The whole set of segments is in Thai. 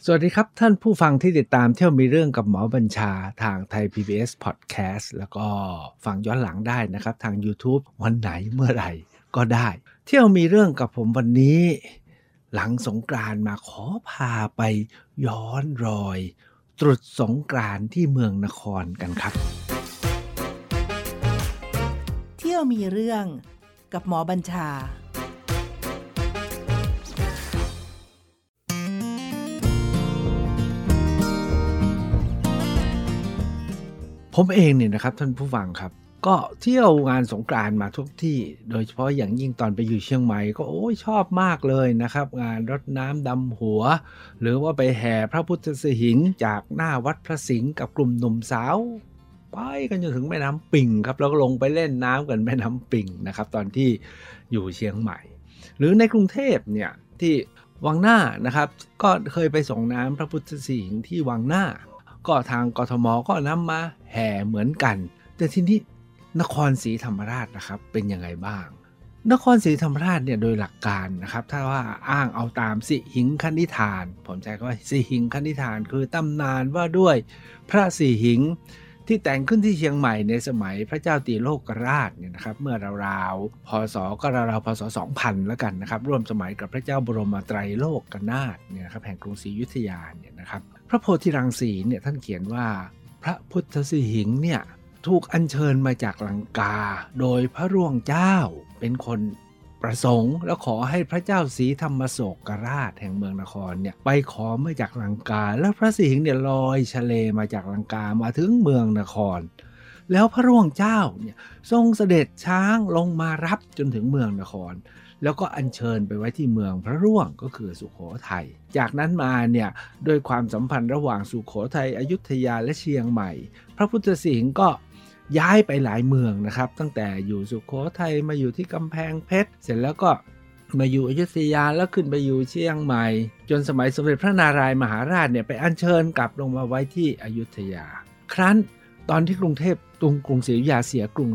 สวัสดีครับท่านผู้ฟังที่ติดตามเที่ยวมีเรื่องกับหมอบัญชาทางไทย PBS Podcast แล้วก็ฟังย้อนหลังได้นะครับทาง YouTube วันไหนเมื่อไหร่ก็ได้เที่ยวมีเรื่องกับผมวันนี้หลังสงกรานต์มาขอพาไปย้อนรอยตรุษสงกรานต์ที่เมืองนครกันครับเที่ยวมีเรื่องกับหมอบัญชาผมเองเนี่ยนะครับท่านผู้ฟังครับก็เที่ยวงานสงกรานต์มาทุกที่โดยเฉพาะอย่างยิ่งตอนไปอยู่เชียงใหม่ก็ชอบมากเลยนะครับงานรดน้ำดำหัวหรือว่าไปแห่พระพุทธสิหิงค์จากหน้าวัดพระสิงห์กับกลุ่มหนุ่มสาวไปกันจนถึงแม่น้ำปิ่งครับแล้วก็ลงไปเล่นน้ำกันแม่น้ำปิ่งนะครับตอนที่อยู่เชียงใหม่หรือในกรุงเทพเนี่ยที่วังหน้านะครับก็เคยไปส่งน้ำพระพุทธสิหิงค์ที่วังหน้าก็ทางกทมก็นำมาแห่เหมือนกันแต่ทีนี้นครศรีธรรมราชนะครับเป็นยังไงบ้างนครศรีธรรมราชเนี่ยโดยหลักการนะครับถ้าว่าอ้างเอาตามสิหิงคณิธานผมใช้คำว่าสิหิงคณิธานคือตำนานว่าด้วยพระสิหิงที่แต่งขึ้นที่เชียงใหม่ในสมัยพระเจ้าตีโลกราชเนี่ยนะครับเมื่อราวๆพศก็ราวๆพศ2000แล้วกันนะครับร่วมสมัยกับพระเจ้าบรมไตรโลกนาถเนี่ยครับแห่งกรุงศรีอยุธยาเนี่ยนะครับพระโพธิรังสีเนี่ยท่านเขียนว่าพระพุทธสิหิงค์เนี่ยถูกอัญเชิญมาจากลังกาโดยพระร่วงเจ้าเป็นคนประสงค์แล้วขอให้พระเจ้าศรีธรรมโศกราชแห่งเมืองนครเนี่ยไปขอมาจากลังกาแล้วพระสิหิงค์เนี่ยลอยทะเลมาจากลังกามาถึงเมืองนครแล้วพระร่วงเจ้าเนี่ยทรงเสด็จช้างลงมารับจนถึงเมืองนครแล้วก็อัญเชิญไปไว้ที่เมืองพระร่วงก็คือสุโขทัยจากนั้นมาเนี่ยด้วยความสัมพันธ์ระหว่างสุโขทัยอยุธยาและเชียงใหม่พระพุทธสิหิงค์ก็ย้ายไปหลายเมืองนะครับตั้งแต่อยู่สุโขทัยมาอยู่ที่กำแพงเพชรเสร็จแล้วก็มาอยู่อยุธยาแล้วขึ้นไปอยู่เชียงใหม่จนสมัยสมเด็จพระนารายณ์มหาราชเนี่ยไปอัญเชิญกลับลงมาไว้ที่อยุธยาครั้นตอนที่กรุงเทพกรุงศรีอยุธยาเสียกรุง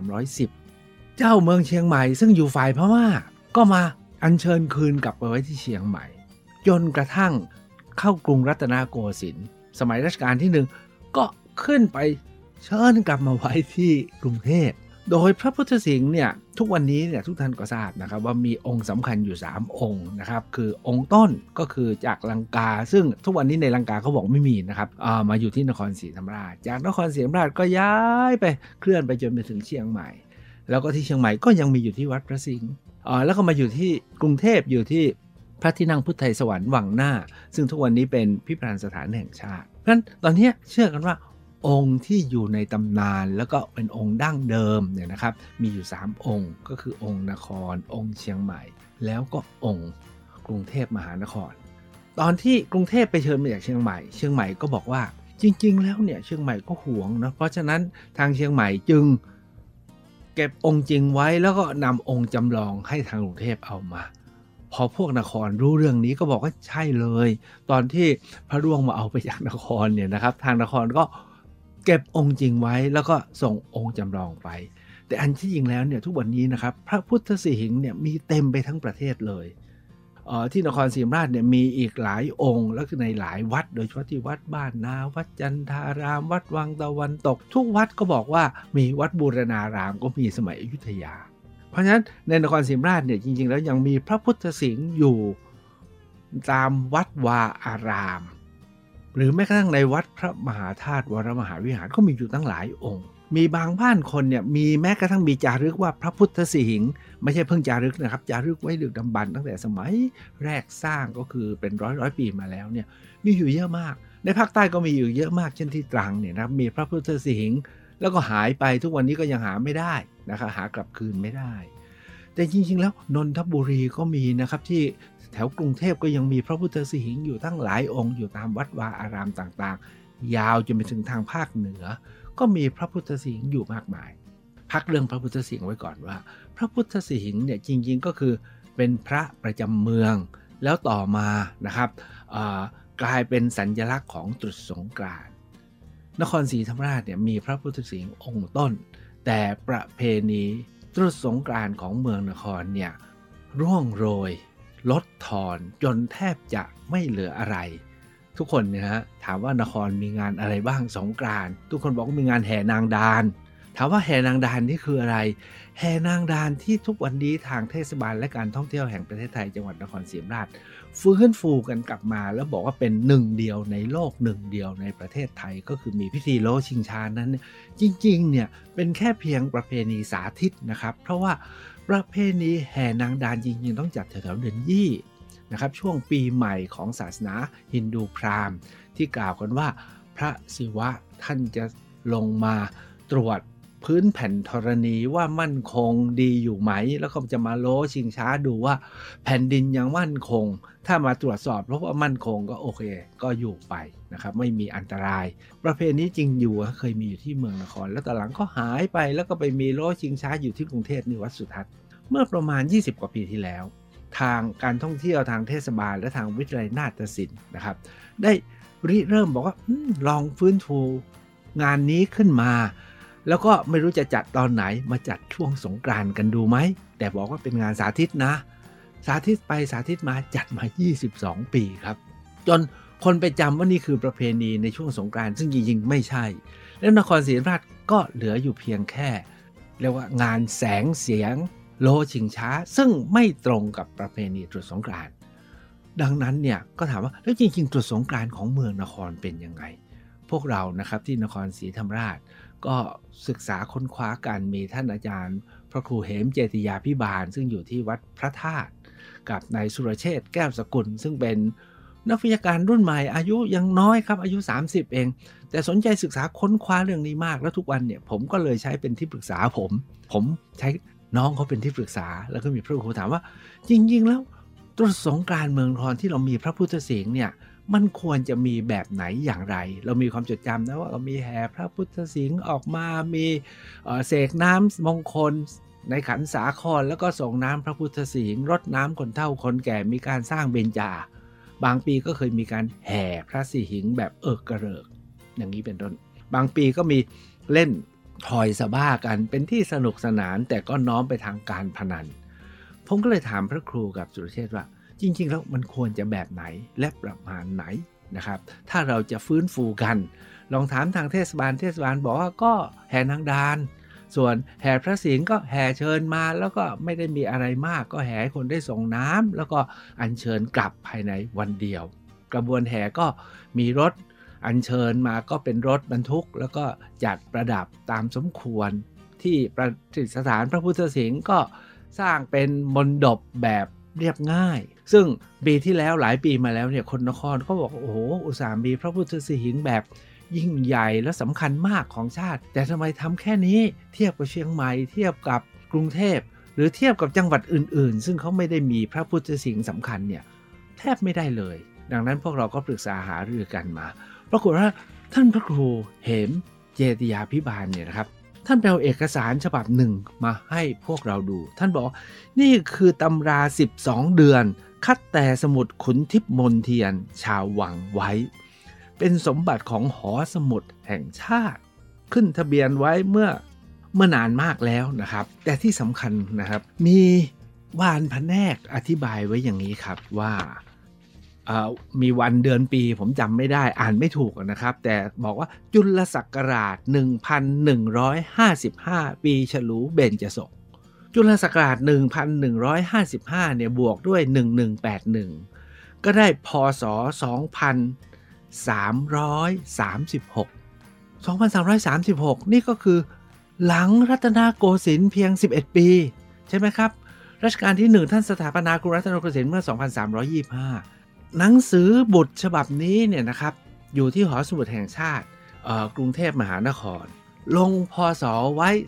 2310เจ้าเมืองเชียงใหม่ซึ่งอยู่ฝ่ายพม่าก็มาอัญเชิญคืนกลับไปไว้ที่เชียงใหม่จนกระทั่งเข้ากรุงรัตนโกสินทร์สมัยรัชกาลที่1ก็ขึ้นไปเชิญกลับมาไว้ที่กรุงเทพโดยพระพุทธสิหิงค์เนี่ยทุกวันนี้เนี่ยทุกท่านก็ทราบนะครับว่ามีองค์สำคัญอยู่3องค์นะครับคือองค์ต้นก็คือจากลังกาซึ่งทุกวันนี้ในลังกาเขาบอกไม่มีนะครับมาอยู่ที่นครศรีธรรมราชจากนครศรีธรรมราชก็ย้ายไปเคลื่อนไปจนไปถึงเชียงใหม่แล้วก็ที่เชียงใหม่ก็ยังมีอยู่ที่วัดพระสิงห์แล้วก็มาอยู่ที่กรุงเทพอยู่ที่พระที่นั่งพุทธไทยสวรรค์วังหน้าซึ่งทุกวันนี้เป็นพิพิธภัณฑ์สถานแห่งชาติเพราะฉะนั้นตอนนี้เชื่อกันว่าองค์ที่อยู่ในตำนานแล้วก็เป็นองค์ดั้งเดิมเนี่ยนะครับมีอยู่3องค์ก็คือองค์นครองค์เชียงใหม่แล้วก็องค์กรุงเทพมหานครตอนที่กรุงเทพไปเชิญมาจากเชียงใหม่ก็บอกว่าจริงๆแล้วเนี่ยเชียงใหม่ก็หวงนะเพราะฉะนั้นทางเชียงใหม่จึงเก็บองค์จริงไว้แล้วก็นำองค์จำลองให้ทางกรุงเทพเอามาพอพวกนครรู้เรื่องนี้ก็บอกว่าใช่เลยตอนที่พระร่วงมาเอาไปจากนครเนี่ยนะครับทางนครก็เก็บองค์จริงไว้แล้วก็ส่งองค์จำลองไปแต่อันที่จริงแล้วเนี่ยทุกวันนี้นะครับพระพุทธสิหิงค์เนี่ยมีเต็มไปทั้งประเทศเลยที่นครศรีธรรมราชเนี่ยมีอีกหลายองค์แล้วก็ในหลายวัดโดยเฉพาะที่วัดบ้านนาวัดจันทารามวัดวังตะวันตกทุกวัดก็บอกว่ามีวัดบูรณารามก็มีสมัยอยุธยาเพราะฉะนั้นในนครศรีธรรมราชเนี่ยจริงๆแล้วยังมีพระพุทธสิหิงค์อยู่ตามวัดวาอารามหรือแม้กระทั่งในวัดพระมหาธาตุวรมหาวิหารก็มีอยู่ตั้งหลายองค์มีบางบ้านคนเนี่ยมีแม้กระทั่งมีจารึกว่าพระพุทธสิหิงค์ไม่ใช่เพิ่งจารึกนะครับจารึกไว้ดึกดำบรรพ์ตั้งแต่สมัยแรกสร้างก็คือเป็นร้อยปีมาแล้วเนี่ยมีอยู่เยอะมากในภาคใต้ก็มีอยู่เยอะมากเช่นที่ตรังเนี่ยนะครับมีพระพุทธสิหิงค์แล้วก็หายไปทุกวันนี้ก็ยังหาไม่ได้นะครับหากลับคืนไม่ได้แต่จริงๆแล้วนนทบุรีก็มีนะครับที่แถวกรุงเทพก็ยังมีพระพุทธสิหิงค์อยู่ตั้งหลายองค์อยู่ตามวัดวาอารามต่างๆยาวจนไปถึงทางภาคเหนือก็มีพระพุทธสิหิงค์อยู่มากมายพักเรื่องพระพุทธสิหิงค์ไว้ก่อนว่าพระพุทธสิหิงค์เนี่ยจริงๆก็คือเป็นพระประจำเมืองแล้วต่อมานะครับกลายเป็นสัญลักษณ์ของตรุษสงกรานต์นครศรีธรรมราชเนี่ยมีพระพุทธสิหิงค์องค์ต้นแต่ประเพณีตรุษสงกรานต์ของเมืองนครเนี่ยร่วงโรยลดทอนจนแทบจะไม่เหลืออะไรทุกคนเนี่ยฮะถามว่านครมีงานอะไรบ้างสงกรานต์ทุกคนบอกว่ามีงานแห่นางดานถามว่าแห่นางดานนี่คืออะไรแห่นางดานที่ทุกวันนี้ทางเทศบาลและการท่องเที่ยวแห่งประเทศไทยจังหวัดนครศรีธรรมราชฟื้นฟูกันกลับมาแล้วบอกว่าเป็นหนึ่งเดียวในโลกหนึ่งเดียวในประเทศไทยก็คือมีพิธีโลชิงช้านั้นจริงๆเนี่ยเป็นแค่เพียงประเพณีสาธิตนะครับเพราะว่าประเพณีแห่นางดานจริงๆต้องจัดแถวๆเดือนยี่นะครับช่วงปีใหม่ของศาสนาฮินดูพราหมณ์ที่กล่าวกันว่าพระศิวะท่านจะลงมาตรวจพื้นแผ่นธรณีว่ามั่นคงดีอยู่ไหมแล้วก็จะมาโลชิงช้าดูว่าแผ่นดินยังมั่นคงถ้ามาตรวจสอบเพราะว่ามั่นคงก็โอเคก็อยู่ไปนะครับไม่มีอันตรายประเพณีจริงอยู่เคยมีอยู่ที่เมืองนครแล้วตอนหลังก็หายไปแล้วก็ไปมีโลชิงช้าอยู่ที่กรุงเทพนี่วัดสุทัศน์เมื่อประมาณ20กว่าปีที่แล้วทางการท่องเที่ยวทางเทศบาลและทางวิทยาลัยนาฏศิลป์นะครับได้ริเริ่มบอกว่าลองฟื้นฟูงานนี้ขึ้นมาแล้วก็ไม่รู้จะจัดตอนไหนมาจัดช่วงสงกรานต์กันดูไหมแต่บอกว่าเป็นงานสาธิตนะสาธิตไปสาธิตมาจัดมา22ปีครับจนคนไปจำว่านี่คือประเพณีในช่วงสงกรานต์ซึ่งจริงๆไม่ใช่แล้วนครศรีธรรมราชก็เหลืออยู่เพียงแค่เรียกว่างานแสงเสียงโลชิงช้าซึ่งไม่ตรงกับประเพณีตรุษสงกรานต์ดังนั้นเนี่ยก็ถามว่าแล้วจริงๆตรุษสงกรานต์ของเมืองนครเป็นยังไงพวกเรานะครับที่นครศรีธรรมราชก็ศึกษาค้นคว้ากันมีท่านอาจารย์พระครูเหมเจติยาภิบาลซึ่งอยู่ที่วัดพระธาตุกับนายสุรเชษฐ์แก้วสกุลซึ่งเป็นนักวิชาการรุ่นใหม่อายุยังน้อยครับอายุ30เองแต่สนใจศึกษาค้นคว้าเรื่องนี้มากแล้วทุกวันเนี่ยผมก็เลยใช้เป็นที่ปรึกษาผมใช้น้องเขาเป็นที่ปรึกษาแล้วก็มีพระครูถามว่าจริงๆแล้วตรุษสงกรานต์เมืองนครที่เรามีพระพุทธสิงห์เนี่ยมันควรจะมีแบบไหนอย่างไรเรามีความจดจำนะว่าเรามีแห่พระพุทธสิงห์ออกมามีเสกน้ำมงคลในขันสาครแล้วก็ส่งน้ำพระพุทธสิงห์รดน้ำคนเฒ่าคนแก่มีการสร้างเบญจาบางปีก็เคยมีการแห่พระสิหิงค์แบบกระเริกอย่างนี้เป็นต้นบางปีก็มีเล่นทอยสะบ้ากันเป็นที่สนุกสนานแต่ก็น้อมไปทางการพนันผมก็เลยถามพระครูกับสุรเชษฐ์ว่าจริงๆแล้วมันควรจะแบบไหนและประมาณไหนนะครับถ้าเราจะฟื้นฟูกันลองถามทางเทศบาลบอกว่าก็แห่นางดานส่วนแห่พระสิงห์ก็แห่เชิญมาแล้วก็ไม่ได้มีอะไรมากก็แห่ให้คนได้ส่งน้ำแล้วก็อัญเชิญกลับภายในวันเดียวกระบวนแห่ก็มีรถอัญเชิญมาก็เป็นรถบรรทุกแล้วก็จัดประดับตามสมควรที่ประดิษฐานพระพุทธสิงห์ก็สร้างเป็นมณฑปแบบเรียบง่ายซึ่งปีที่แล้วหลายปีมาแล้วเนี่ยคนนครก็บอกโอ้โหอุตส่าห์มีพระพุทธสิหิงค์แบบยิ่งใหญ่และสำคัญมากของชาติแต่ทำไมทำแค่นี้เทียบกับเชียงใหม่เทียบกับกรุงเทพหรือเทียบกับจังหวัดอื่นๆซึ่งเขาไม่ได้มีพระพุทธสิหิงค์สำคัญเนี่ยแทบไม่ได้เลยดังนั้นพวกเราก็ปรึกษาหารือกันมาปรากฏว่าท่านพระครูเหมเจติยาภิบาลเนี่ยนะครับท่านไปเอาเอกสารฉบับหนึ่งมาให้พวกเราดูท่านบอกนี่คือตำรา12เดือนคัดแต่สมุดขุนทิพย์มนเทียนชาววังไว้เป็นสมบัติของหอสมุดแห่งชาติขึ้นทะเบียนไว้เมื่อนานมากแล้วนะครับแต่ที่สำคัญนะครับมีวานพแนกอธิบายไว้อย่างนี้ครับว่ามีวันเดือนปีผมจำไม่ได้อ่านไม่ถูกนะครับแต่บอกว่าจุลศักราช1155ปีฉลูเบญจศกจุลศักราช1155เนี่ยบวกด้วย1181ก็ได้พศ2336นี่ก็คือหลังรัตนโกสินทร์เพียง11ปีใช่ไหมครับรัชกาลที่1ท่านสถาปนากรุงรัตนโกสินทร์เมื่อ2325หนังสือบุตรฉบับนี้เนี่ยนะครับอยู่ที่หอสมุดแห่งชาติกรุงเทพมหานครลงพศไว้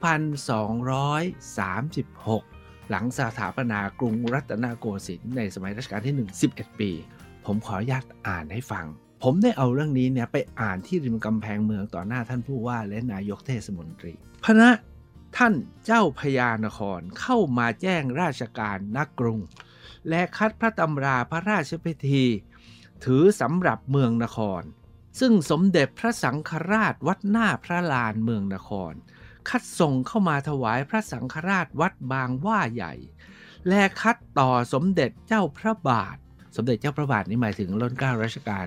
2236หลังสถาปนากรุงรัตนโกสินทร์ในสมัยรัชกาลที่1 11ปีผมขออนุญาตอ่านให้ฟังผมได้เอาเรื่องนี้เนี่ยไปอ่านที่ริมกำแพงเมืองต่อหน้าท่านผู้ว่าและนายกเทศมนตรีพระท่านเจ้าพญานครเข้ามาแจ้งราชการณกรุงและคัดพระตำราพระราชพิธีถือสำหรับเมืองนครซึ่งสมเด็จพระสังฆราชวัดหน้าพระลานเมืองนครคัดส่งเข้ามาถวายพระสังฆราชวัดบางว่าใหญ่และคัดต่อสมเด็จเจ้าพระบาทสมเด็จเจ้าพระบาทนี่หมายถึงรัชกาล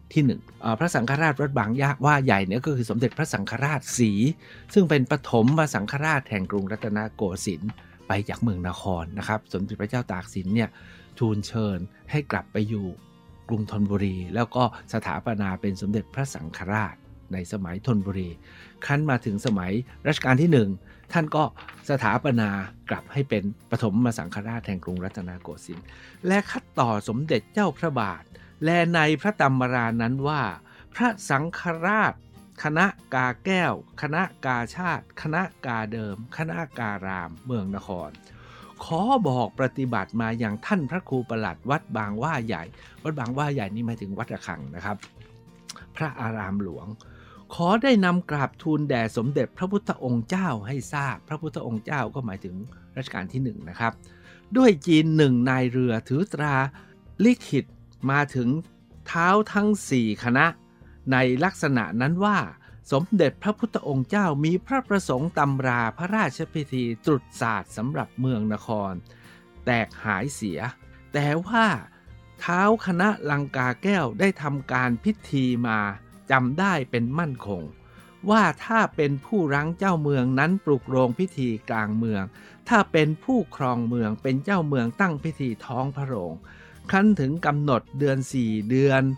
ที่1พระสังฆราชวัดบางว่าใหญ่เนี่ยก็คือสมเด็จพระสังฆราชศรีซึ่งเป็นปฐมสังฆราชแห่งกรุงรัตนโกสินทร์ไปจากเมืองนครนะครับสมเด็จพระเจ้าตากสินเนี่ยทูลเชิญให้กลับไปอยู่กรุงธนบุรีแล้วก็สถาปนาเป็นสมเด็จพระสังฆราชในสมัยธนบุรีครั้นมาถึงสมัยรัชกาลที่1ท่านก็สถาปนากลับให้เป็นปฐมสังฆราชแห่งกรุงรัตนโกสินทร์และคัดต่อสมเด็จเจ้าพระบาทและในพระตำรานั้นว่าพระสังฆราชคณะกาแก้วคณะกาชาติคณะกาเดิมคณะการามเมืองนครขอบอกปฏิบัติมาอย่างท่านพระครูประหลัดวัดบางว่าใหญ่วัดบางว่าใหญ่นี่หมายถึงวัดระฆังนะครับพระอารามหลวงขอได้นำกราบทูลแด่สมเด็จพระพุทธองค์เจ้าให้ทราบพระพุทธองค์เจ้าก็หมายถึงรัชกาลที่1นะครับด้วยจีน1นายเรือถือตราลิขิตมาถึงเท้าทั้ง4คณะในลักษณะนั้นว่าสมเด็จพระพุทธองค์เจ้ามีพระประสงค์ตำราพระราชพิธีตรุษศาสตร์สำหรับเมืองนครแตกหายเสียแต่ว่าเท้าคณะลังกาแก้วได้ทำการพิธีมาจำได้เป็นมั่นคงว่าถ้าเป็นผู้รั้งเจ้าเมืองนั้นปลุกโรงพิธีกลางเมืองถ้าเป็นผู้ครองเมืองเป็นเจ้าเมืองตั้งพิธีท้องพระโรงครั้นถึงกำหนดเดือน4เดือน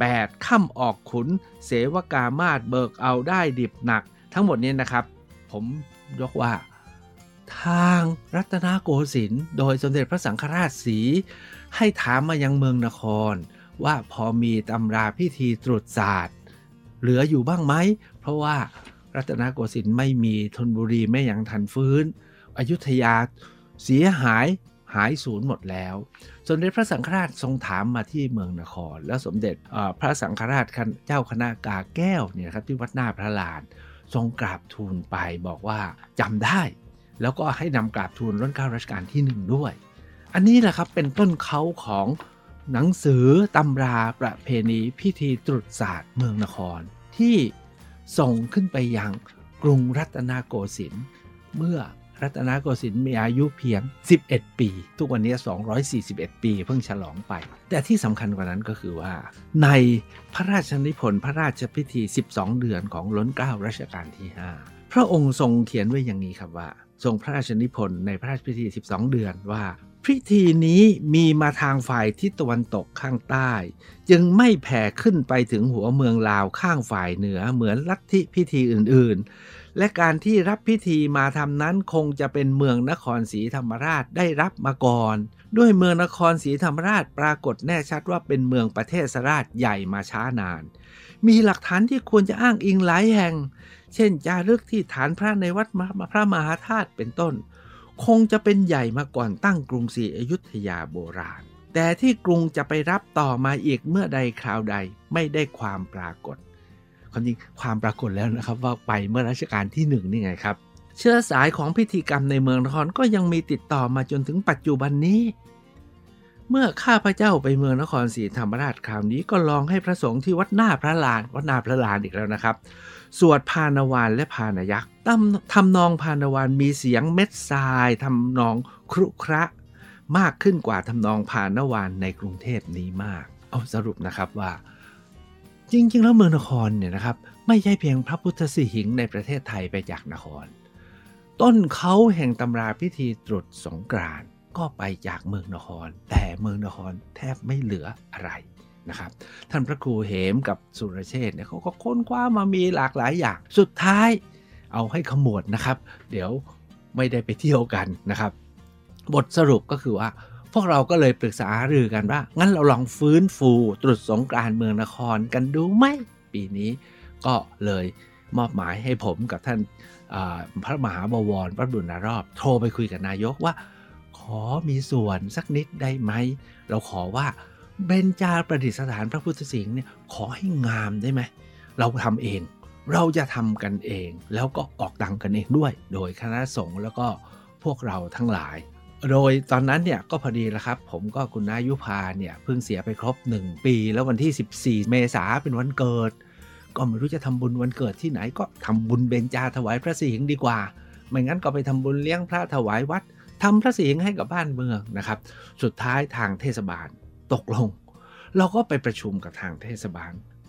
8ค่ำออกขุนเสวกามาศเบิกเอาได้ดิบหนักทั้งหมดนี้นะครับผมยกว่าทางรัตนโกสินทร์โดยสมเด็จพระสังฆราชศรีให้ถามมายังเมืองนครว่าพอมีตำราพิธีตรุษศาสตร์เหลืออยู่บ้างไหมเพราะว่ารัตนโกสินทร์ไม่มีธนบุรีไม่ยังทันฟื้นอยุธยาเสียหายสูญหมดแล้วสมเด็จพระสังฆราชทรงถามมาที่เมืองนครแล้วสมเด็จพระสังฆราชเจ้าคณะกาแก้วเนี่ยครับที่วัดหน้าพระลานทรงกราบทูลไปบอกว่าจำได้แล้วก็ให้นำกราบทูลรัชกาลรัชกาลที่1ด้วยอันนี้แหละครับเป็นต้นเขาของหนังสือตำราประเพณีพิธีตรุษศาสตร์เมืองนครที่ส่งขึ้นไปยังกรุงรัตนโกสินทร์เมื่อรัตนโกสินทร์มีอายุเพียง11ปีทุกวันนี้241ปีเพิ่งฉลองไปแต่ที่สำคัญกว่านั้นก็คือว่าในพระราชนิพนธ์พระราชพิธี12เดือนของล้นเกล้ารัชกาลที่5พระองค์ทรงเขียนไว้อย่างนี้ครับว่าทรงพระราชนิพนธ์ในพระราชพิธี12เดือนว่าพิธีนี้มีมาทางฝ่ายทิศตะวันตกข้างใต้จึงไม่แผ่ขึ้นไปถึงหัวเมืองลาวข้างฝ่ายเหนือเหมือนลัทธิพิธีอื่นๆและการที่รับพิธีมาทำนั้นคงจะเป็นเมืองนครศรีธรรมราชได้รับมาก่อนด้วยเมืองนครศรีธรรมราชปรากฏแน่ชัดว่าเป็นเมืองประเทศราชใหญ่มาช้านานมีหลักฐานที่ควรจะอ้างอิงหลายแห่งเช่นจารึกที่ฐานพระในวัดพระมหาธาตุเป็นต้นคงจะเป็นใหญ่มาก่อนตั้งกรุงศรีอยุธยาโบราณแต่ที่กรุงจะไปรับต่อมาอีกเมื่อใดคราวใดไม่ได้ความปรากฏความจริงความปรากฏแล้วนะครับว่าไปเมื่อรัชกาลที่1นี่ไงครับเชื้อสายของพิธีกรรมในเมืองนครก็ยังมีติดต่อมาจนถึงปัจจุบันนี้เมื่อข้าพเจ้าไปเมืองนครศรีธรรมราชคราวนี้ก็ลองให้พระสงฆ์ที่วัดหน้าพระลานอีกแล้วนะครับสวดพานวานและพานยักษ์ทำนองพานวานมีเสียงเม็ดทรายทำนองครุคระมากขึ้นกว่าทำนองพานวานในกรุงเทพนี้มากเอาสรุปนะครับว่าจริงๆแล้วเมืองนครเนี่ยนะครับไม่ใช่เพียงพระพุทธสิหิงค์ในประเทศไทยไปจากนครต้นเขาแห่งตำราพิธีตรุษสงกรานต์ก็ไปจากเมืองนครแต่เมืองนครแทบไม่เหลืออะไรนะครับท่านพระครูเหมกับสุรเชษฐ์เนี่ยเขาก็ค้นคว้ามามีหลากหลายอย่างสุดท้ายเอาให้ขมวดนะครับเดี๋ยวไม่ได้ไปเที่ยวกันนะครับบทสรุปก็คือว่าพวกเราก็เลยปรึกษาหารือกันว่างั้นเราลองฟื้นฟูตรุษสงกรานต์เมืองนครกันดูไหมปีนี้ก็เลยมอบหมายให้ผมกับท่านพระมหาบวรพระบุญรอบโทรไปคุยกับนายกว่าขอมีส่วนสักนิดได้ไหมเราขอว่าเบญจาประดิษฐานพระพุทธสิงห์เนี่ยขอให้งามได้ไหมเราทำเองเราจะทำกันเองแล้วก็ออกตังค์กันเองด้วยโดยคณะสงฆ์แล้วก็พวกเราทั้งหลายโดยตอนนั้นเนี่ยก็พอดีแล้วครับผมก็คุณนายุพาเนี่ยเพิ่งเสียไปครบ1ปีแล้ววันที่14เมษายนเป็นวันเกิดก็ไม่รู้จะทำบุญวันเกิดที่ไหนก็ทำบุญเบญจาถวายพระสิหิงค์ดีกว่าไม่งั้นก็ไปทำบุญเลี้ยงพระถวายวัดทำพระสิหิงค์ให้กับบ้านเมืองนะครับสุดท้ายทางเทศบาลตกลงเราก็ไปประชุมกับทางเทศบาล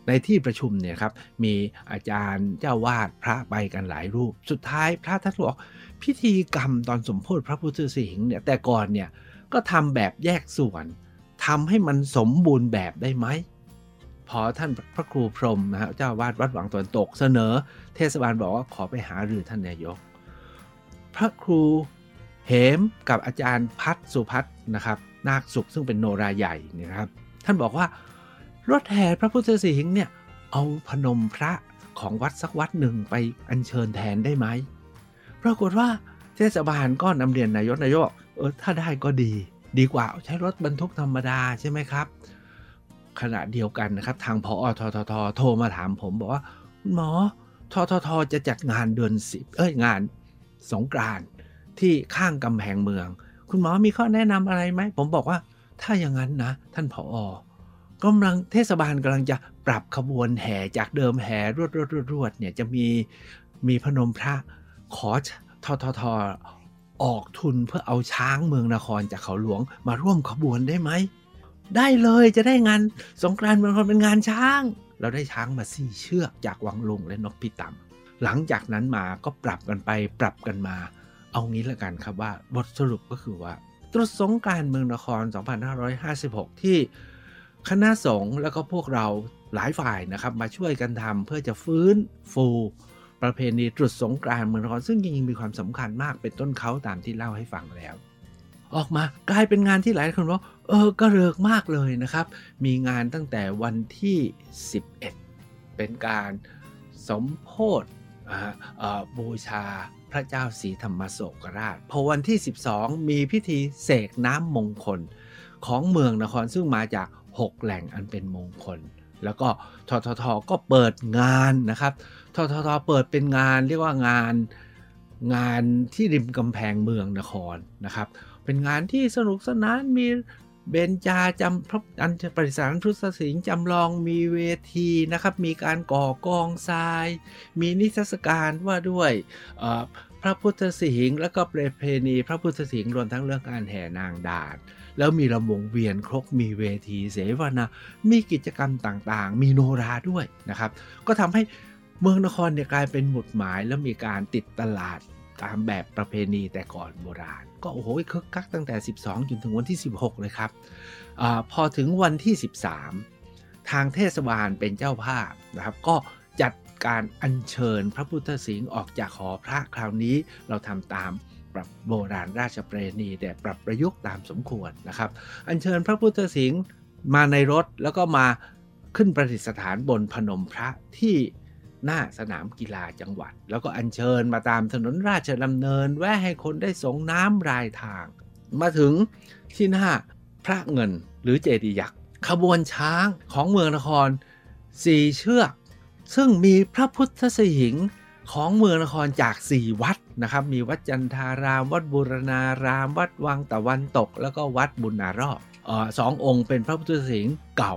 ในที่ประชุมเนี่ยครับมีอาจารย์เจ้าวาดพระไปกันหลายรูปสุดท้ายพระท่านบอกพิธีกรรมตอนสมโภชพระพุทธสิหิงค์เนี่ยแต่ก่อนเนี่ยก็ทำแบบแยกส่วนทำให้มันสมบูรณ์แบบได้ไหมพอท่านพระครูพรหมนะฮะเจ้าวาดวัดหวังตะวันตกเสนอเทศบาลบอกว่าขอไปหารือท่านนายกพระครูเหมกับอาจารย์พัฒสุพัฒนะครับนาคสุขซึ่งเป็นโนราใหญ่เนี่ยครับท่านบอกว่ารถแห่พระพุทธสิหิงค์เนี่ยเอาพนมพระของวัดสักวัดหนึ่งไปอัญเชิญแทนได้ไหมปรากฏว่าเทศบาลก็นำเรียนนายกถ้าได้ก็ดีกว่าใช้รถบรรทุกธรรมดาใช่ไหมครับขณะเดียวกันนะครับทางผอ.ททท.โทรมาถามผมบอกว่าคุณหมอททท.จะจัดงานเดือน10งานสงกรานต์ที่ข้างกำแพงเมืองคุณหมอมีข้อแนะนำอะไรไหมผมบอกว่าถ้าอย่างนั้นนะท่านผอ.เทศบาลกำลังจะปรับขบวนแห่จากเดิมแห่รวดเนี่ยจะมีพนมพระขอททท.ออกทุนเพื่อเอาช้างเมืองนครจากเขาหลวงมาร่วมขบวนได้ไหมได้เลยจะได้งานสงกรานต์เมืองนครเป็นงานช้างเราได้ช้างมา4เชือกจากวังลุงและนพิตำหลังจากนั้นมาก็ปรับกันไปปรับกันมาเอางี้ละกันครับว่าบทสรุปก็คือว่าตรุษสงกรานต์เมืองนคร2556ที่คณะสงฆ์แล้วก็พวกเราหลายฝ่ายนะครับมาช่วยกันทำเพื่อจะฟื้นฟูประเพณีตรุษสงกรานต์เมืองนครซึ่งจริงๆมีความสำคัญมากเป็นต้นเขาตามที่เล่าให้ฟังแล้วออกมากลายเป็นงานที่หลายคนว่ากระเริกมากเลยนะครับมีงานตั้งแต่วันที่11เป็นการสมโภชบูชาพระเจ้าศรีธรรมโศกราชพอวันที่12มีพิธีเสกน้ำมงคลของเมืองนครซึ่งมาจาก6แหล่งอันเป็นมงคลแล้วก็ททท.ก็เปิดงานนะครับททท.เปิดเป็นงานเรียกว่างานที่ริมกำแพงเมืองนครนะครับเป็นงานที่สนุกสนานมีเบญจาจำพระอัญปริสารพุทธสิหิงค์จำลองมีเวทีนะครับมีการก่อกองทรายมีนิทรรศการว่าด้วยพระพุทธสิหิงค์แล้วก็ประเพณีพระพุทธสิหิงค์รวมทั้งเรื่องการแห่นางดาษแล้วมีรำวงเวียนครกมีเวทีเสวนามีกิจกรรมต่างๆมีโนราด้วยนะครับก็ทำให้เมืองนครเนี่ยกลายเป็นหมุดหมายแล้วมีการติดตลาดตามแบบประเพณีแต่ก่อนโบราณก็คึกคักตั้งแต่12จนถึงวันที่16เลยครับพอถึงวันที่13ทางเทศบาลเป็นเจ้าภาพนะครับก็จัดการอัญเชิญพระพุทธสิหิงค์ออกจากหอพระคราวนี้เราทำตามปรับโบราณราชประเพณีแต่ปรับประยุกต์ตามสมควรนะครับอัญเชิญพระพุทธสิหิงค์มาในรถแล้วก็มาขึ้นประดิษฐานบนพนมพระที่หน้าสนามกีฬาจังหวัดแล้วก็อัญเชิญมาตามถนนราชดำเนินแวะให้คนได้ส่งน้ำรายทางมาถึงที่หน้าพระเงินหรือเจดีย์ยักษ์ขบวนช้างของเมืองนคร4เชือกซึ่งมีพระพุทธสิหิงค์ของเมืองนครจาก4วัดนะครับมีวัดจันทารามวัดบูรณารามวัดวังตะวันตกแล้วก็วัดบุญนารอบ2 องค์เป็นพระพุทธสิหิงค์เก่า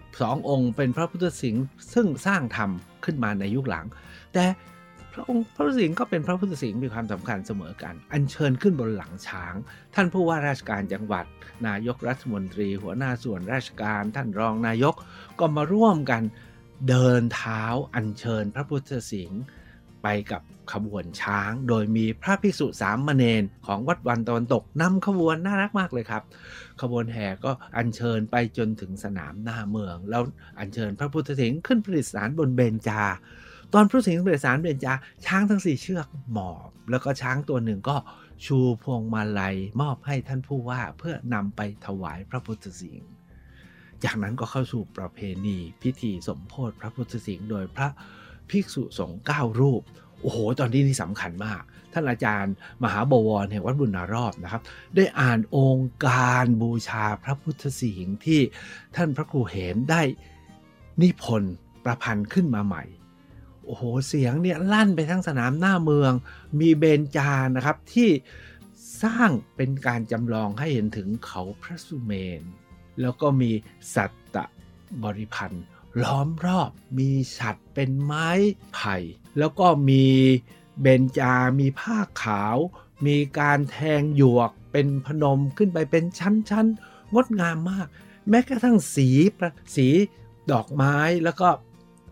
2 องค์เป็นพระพุทธสิหิงค์ซึ่งสร้างทำขึ้นมาในยุคหลังแต่พระพุทธสิหิงค์ก็เป็นพระพุทธสิหิงค์มีความสำคัญเสมอกันอัญเชิญขึ้นบนหลังช้างท่านผู้ว่าราชการจังหวัดนายกรัฐมนตรีหัวหน้าส่วนราชการท่านรองนายกก็มาร่วมกันเดินเท้าอัญเชิญพระพุทธสิหิงค์ไปกับขบวนช้างโดยมีพระภิกษุสามเณรของวัดวันตะวันตกนำขบวนน่ารักมากเลยครับขบวนแห่ก็อัญเชิญไปจนถึงสนามหน้าเมืองแล้วอัญเชิญพระพุทธสิหิงค์ขึ้นประดิษฐานบนเบญจาตอนพระสิงห์ประดิษฐานเบญจาช้างทั้ง4เชือกหมอบแล้วก็ช้างตัวหนึ่งก็ชูพวงมาลัยมอบให้ท่านผู้ว่าเพื่อนำไปถวายพระพุทธสิหิงค์จากนั้นก็เข้าสู่ประเพณีพิธีสมโภชพระพุทธสิหิงค์โดยพระภิกษุสงฆ์9 รูปตอนนี้นี่สำคัญมากท่านอาจารย์มหาบวรแห่งวัดบุญนารอบนะครับได้อ่านองค์การบูชาพระพุทธสิหิงค์ที่ท่านพระครูเหมได้นิพนธ์ประพันธ์ขึ้นมาใหม่เสียงเนี่ยลั่นไปทั้งสนามหน้าเมืองมีเบญจานะครับที่สร้างเป็นการจำลองให้เห็นถึงเขาพระสุเมนแล้วก็มีสัตตบริพันธ์ล้อมรอบมีฉัตรเป็นไม้ไผ่แล้วก็มีเบญจามีผ้าขาวมีการแทงหยวกเป็นพนมขึ้นไปเป็นชั้นๆงดงามมากแม้กระทั่งสีดอกไม้แล้วก็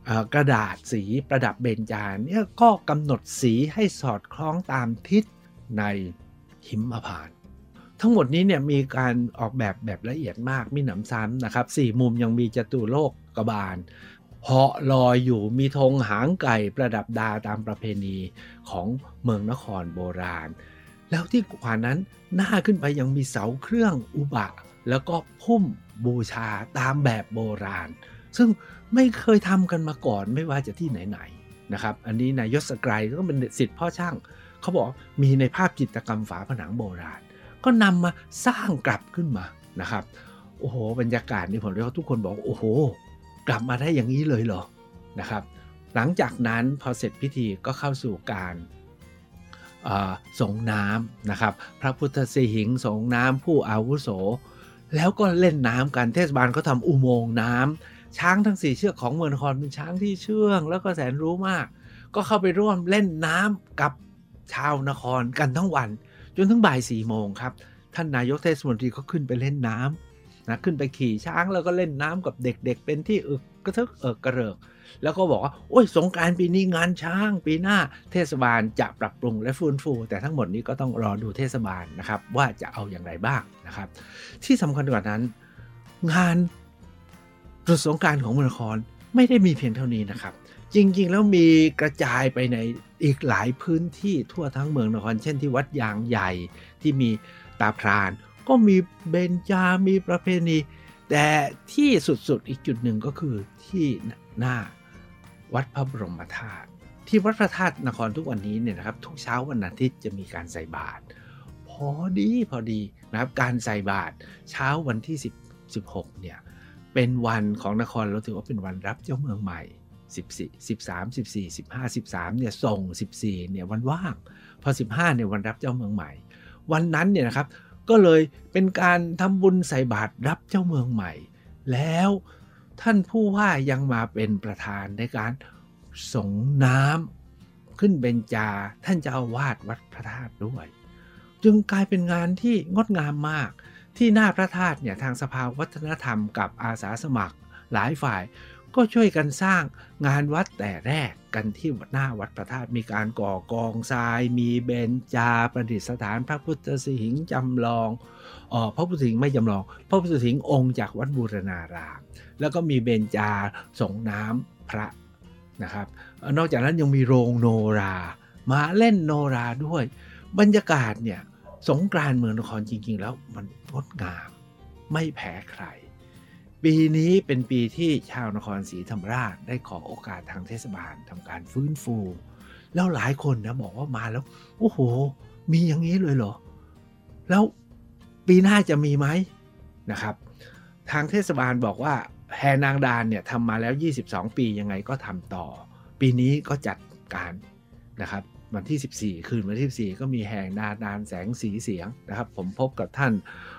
กระดาษสีประดับเบญจาเนี่ยก็กำหนดสีให้สอดคล้องตามทิศในหิมพานต์ทั้งหมดนี้เนี่ยมีการออกแบบละเอียดมากมีหนำซ้ำนะครับ4มุมยังมีจตุโลกบาลเหาะลอยอยู่มีธงหางไก่ประดับดาตามประเพณีของเมืองนครโบราณแล้วที่กว่านั้นหน้าขึ้นไปยังมีเสาเครื่องอุบะแล้วก็พุ่มบูชาตามแบบโบราณซึ่งไม่เคยทำกันมาก่อนไม่ว่าจะที่ไหนๆนะครับอันนี้นายยศไกรก็เป็นศิษย์พ่อช่างเขาบอกมีในภาพจิตรกรรมฝาผนังโบราณก็นำมาสร้างกลับขึ้นมานะครับโอ้โหบรรยากาศนี่ผมเรียกว่าทุกคนบอกโอ้โหกลับมาได้อย่างนี้เลยเหรอนะครับหลังจากนั้นพอเสร็จพิธีก็เข้าสู่การส่งน้ำนะครับพระพุทธสิหิงค์ส่งน้ำผู้อาวุโสแล้วก็เล่นน้ำกันเทศบาลเขาทำอุโมงค์น้ำช้างทั้ง4เชือกของเมืองนครเป็นช้างที่เชื่องแล้วก็แสนรู้มากก็เข้าไปร่วมเล่นน้ำกับชาวนครกันทั้งวันจนถึงบ่าย4 โมงครับท่านนายกเทศมนตรีก็ขึ้นไปเล่นน้ำนะขึ้นไปขี่ช้างแล้วก็เล่นน้ำกับเด็กๆเป็นที่กระทึกกระเริกแล้วก็บอกว่าโอ้ยสงกรานต์ปีนี้งานช้างปีหน้าเทศบาลจะปรับปรุงและฟื้นฟูแต่ทั้งหมดนี้ก็ต้องรอดูเทศบาลนะครับว่าจะเอาอย่างไรบ้างนะครับที่สำคัญกว่านั้นงานตรุษสงกรานต์ของเมืองนครไม่ได้มีเพียงเท่านี้นะครับจริงๆแล้วมีกระจายไปในอีกหลายพื้นที่ทั่วทั้งเมืองนครเช่นที่วัดยางใหญ่ที่มีตาพรานก็มีเบญจามีประเพณีแต่ที่สุดๆอีกจุดหนึ่งก็คือที่หน้าวัดพระบรมธาตุที่วัดพระธาตุนครทุกวันนี้เนี่ยนะครับทุกเช้าวันอาทิตย์จะมีการใส่บาตรพอดีนะครับการใส่บาตรเช้าวันที่16เนี่ยเป็นวันของนครเราถือว่าเป็นวันรับเจ้าเมืองใหม่14 13 14 15 13เนี่ยส่ง14เนี่ยวันว่างพอ15เนี่ยวันรับเจ้าเมืองใหม่วันนั้นเนี่ยนะครับก็เลยเป็นการทำบุญใส่บาตรรับเจ้าเมืองใหม่แล้วท่านผู้ว่ายังมาเป็นประธานในการส่งน้ำขึ้นเบญจาท่านเจ้าอาวาสวัดพระธาตุด้วยจึงกลายเป็นงานที่งดงามมากที่หน้าพระธาตุเนี่ยทางสภาวัฒนธรรมกับอาสาสมัครหลายฝ่ายก็ช่วยกันสร้างงานวัดแต่แรกกันที่หน้าวัดพระธาตุมีการก่อกองทรายมีเบญจาประดิษฐานพระพุทธสิหิงค์จำลองพระพุทธสิหิงค์ไม่จำลองพระพุทธสิหิงค์องค์จากวัดบูรณารามแล้วก็มีเบญจาส่งน้ำพระนะครับนอกจากนั้นยังมีโรงโนรามาเล่นโนราด้วยบรรยากาศเนี่ยสงกรานต์เมืองนครจริงๆแล้วมันงดงามไม่แพ้ใครปีนี้เป็นปีที่ชาวนครศรีธรรมราชได้ขอโอกาสทางเทศบาลทำการฟื้นฟูแล้วหลายคนนะบอกว่ามาแล้วโอ้โหมีอย่างนี้เลยเหรอแล้วปีหน้าจะมีไหมนะครับทางเทศบาลบอกว่าแห่นางดานเนี่ยทำมาแล้ว22 ปียังไงก็ทำต่อปีนี้ก็จัดการนะครับวันที่14คืนวันที่14ก็มีแห่นางดานแสงสีเสียงนะครับผมพบกับท่าน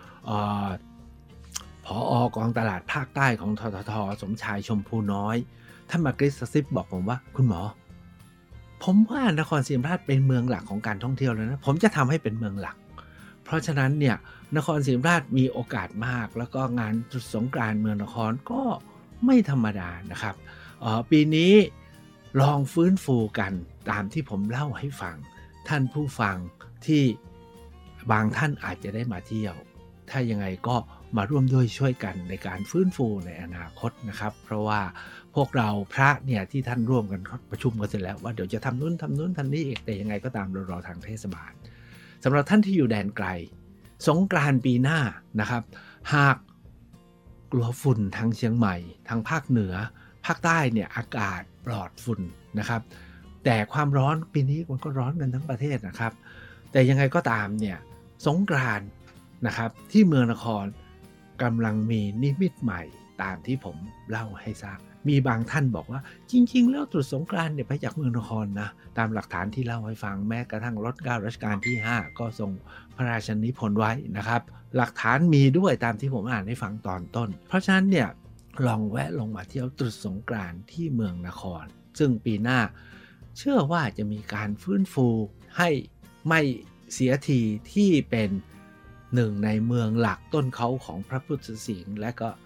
ผอกองตลาดภาคใต้ของททท.สมชายชมพูน้อยท่านมากริสซิปบอกผมว่าคุณหมอผมว่านครศรีธรรมราชเป็นเมืองหลักของการท่องเที่ยวแล้วนะผมจะทำให้เป็นเมืองหลักเพราะฉะนั้นเนี่ยนครศรีธรรมราชมีโอกาสมากแล้วก็งานสงกรานต์เมืองนครก็ไม่ธรรมดานะครับปีนี้ลองฟื้นฟูกันตามที่ผมเล่าให้ฟังท่านผู้ฟังที่บางท่านอาจจะได้มาเที่ยวถ้ายังไงก็มาร่วมด้วยช่วยกันในการฟื้นฟูในอนาคตนะครับเพราะว่าพวกเราพระเนี่ยที่ท่านร่วมกันประชุมกันเสร็จแล้วว่าเดี๋ยวจะทำนู้นทำนี่อีกแต่ยังไงก็ตามเรารอทางเทศบาลสำหรับท่านที่อยู่แดนไกลสงกรานต์ปีหน้านะครับหากกลัวฝุ่นทางเชียงใหม่ทางภาคเหนือภาคใต้เนี่ยอากาศปลอดฝุ่นนะครับแต่ความร้อนปีนี้มันก็ร้อนกันทั้งประเทศนะครับแต่ยังไงก็ตามเนี่ยสงกรานต์นะครับที่เมืองนครกำลังมีนิมิตใหม่ตามที่ผมเล่าให้ทราบมีบางท่านบอกว่าจริงๆแล้วตรุษสงกรานต์เนี่ยไปจากเมืองนครนะตามหลักฐานที่เล่าให้ฟังแม้กระทั่งรัชกาลที่5ก็ทรงพระราชนิพนธ์ไว้นะครับหลักฐานมีด้วยตามที่ผมอ่านให้ฟังตอนต้นเพราะฉะนั้นเนี่ยลองแวะลงมาเที่ยวตรุษสงกรานต์ที่เมืองนครซึ่งปีหน้าเชื่อว่าจะมีการฟื้นฟูให้ไม่เสียทีที่เป็นหนึ่งในเมืองหลักต้นเขาของพระพุทธสิหิงค์และก็ป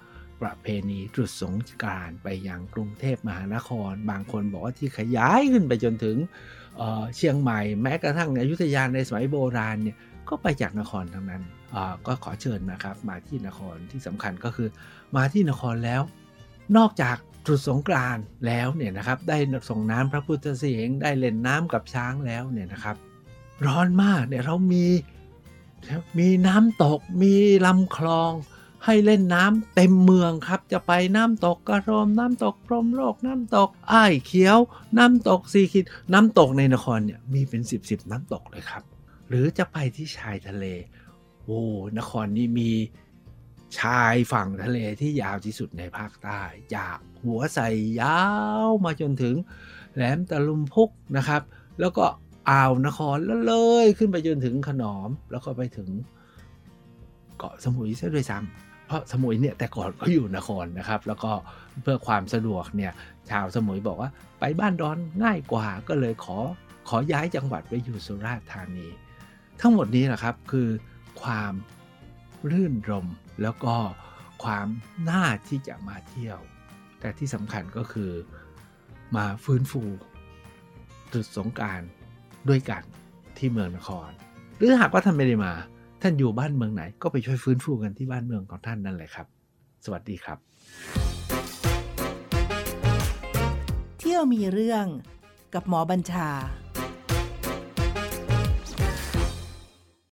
ประเพณีตรุษสงกรานต์ไปยังกรุงเทพมหานครบางคนบอกว่าที่ขยายขึ้นไปจนถึงเชียงใหม่แม้กระทั่งอยุธยาในสมัยโบราณเนี่ยก็ไปจากนครทั้งนั้นก็ขอเชิญนะครับมาที่นครที่สำคัญก็คือมาที่นครแล้วนอกจากตรุษสงกรานต์แล้วเนี่ยนะครับได้ส่งน้ำพระพุทธสิหิงค์ได้เล่นน้ำกับช้างแล้วเนี่ยนะครับร้อนมากเนี่ยเรามีน้ำตกมีลำคลองให้เล่นน้ำเต็มเมืองครับจะไปน้ำตกกระโรมน้ำตกพรหมโลกน้ำตกอ้ายเขียวน้ำตกสีคิดน้ำตกในนครเนี่ยมีเป็น10น้ำตกเลยครับหรือจะไปที่ชายทะเลโอ้นครนี่มีชายฝั่งทะเลที่ยาวที่สุดในภาคใต้จากหัวไชยาวมาจนถึงแหลมตะลุมพุกนะครับแล้วก็อ่าวนครแล้วเลยขึ้นไปจนถึงขนอมแล้วก็ไปถึงเกาะสมุยซะด้วยซ้ำเพราะสมุยเนี่ยแต่ก่อนก็อยู่นครนะครับแล้วก็เพื่อความสะดวกเนี่ยชาวสมุยบอกว่าไปบ้านดอนง่ายกว่าก็เลยขอย้ายจังหวัดไปอยู่สุราษฎร์ธานีทั้งหมดนี้แหละครับคือความรื่นรมแล้วก็ความน่าที่จะมาเที่ยวแต่ที่สำคัญก็คือมาฟื้นฟูตรุษสงกรานต์ด้วยกันที่เมืองนครหรือหากว่าท่านไม่ได้มาท่านอยู่บ้านเมืองไหนก็ไปช่วยฟื้นฟูกันที่บ้านเมืองของท่านนั่นแหละครับสวัสดีครับเที่ยวมีเรื่องกับหมอบัญชา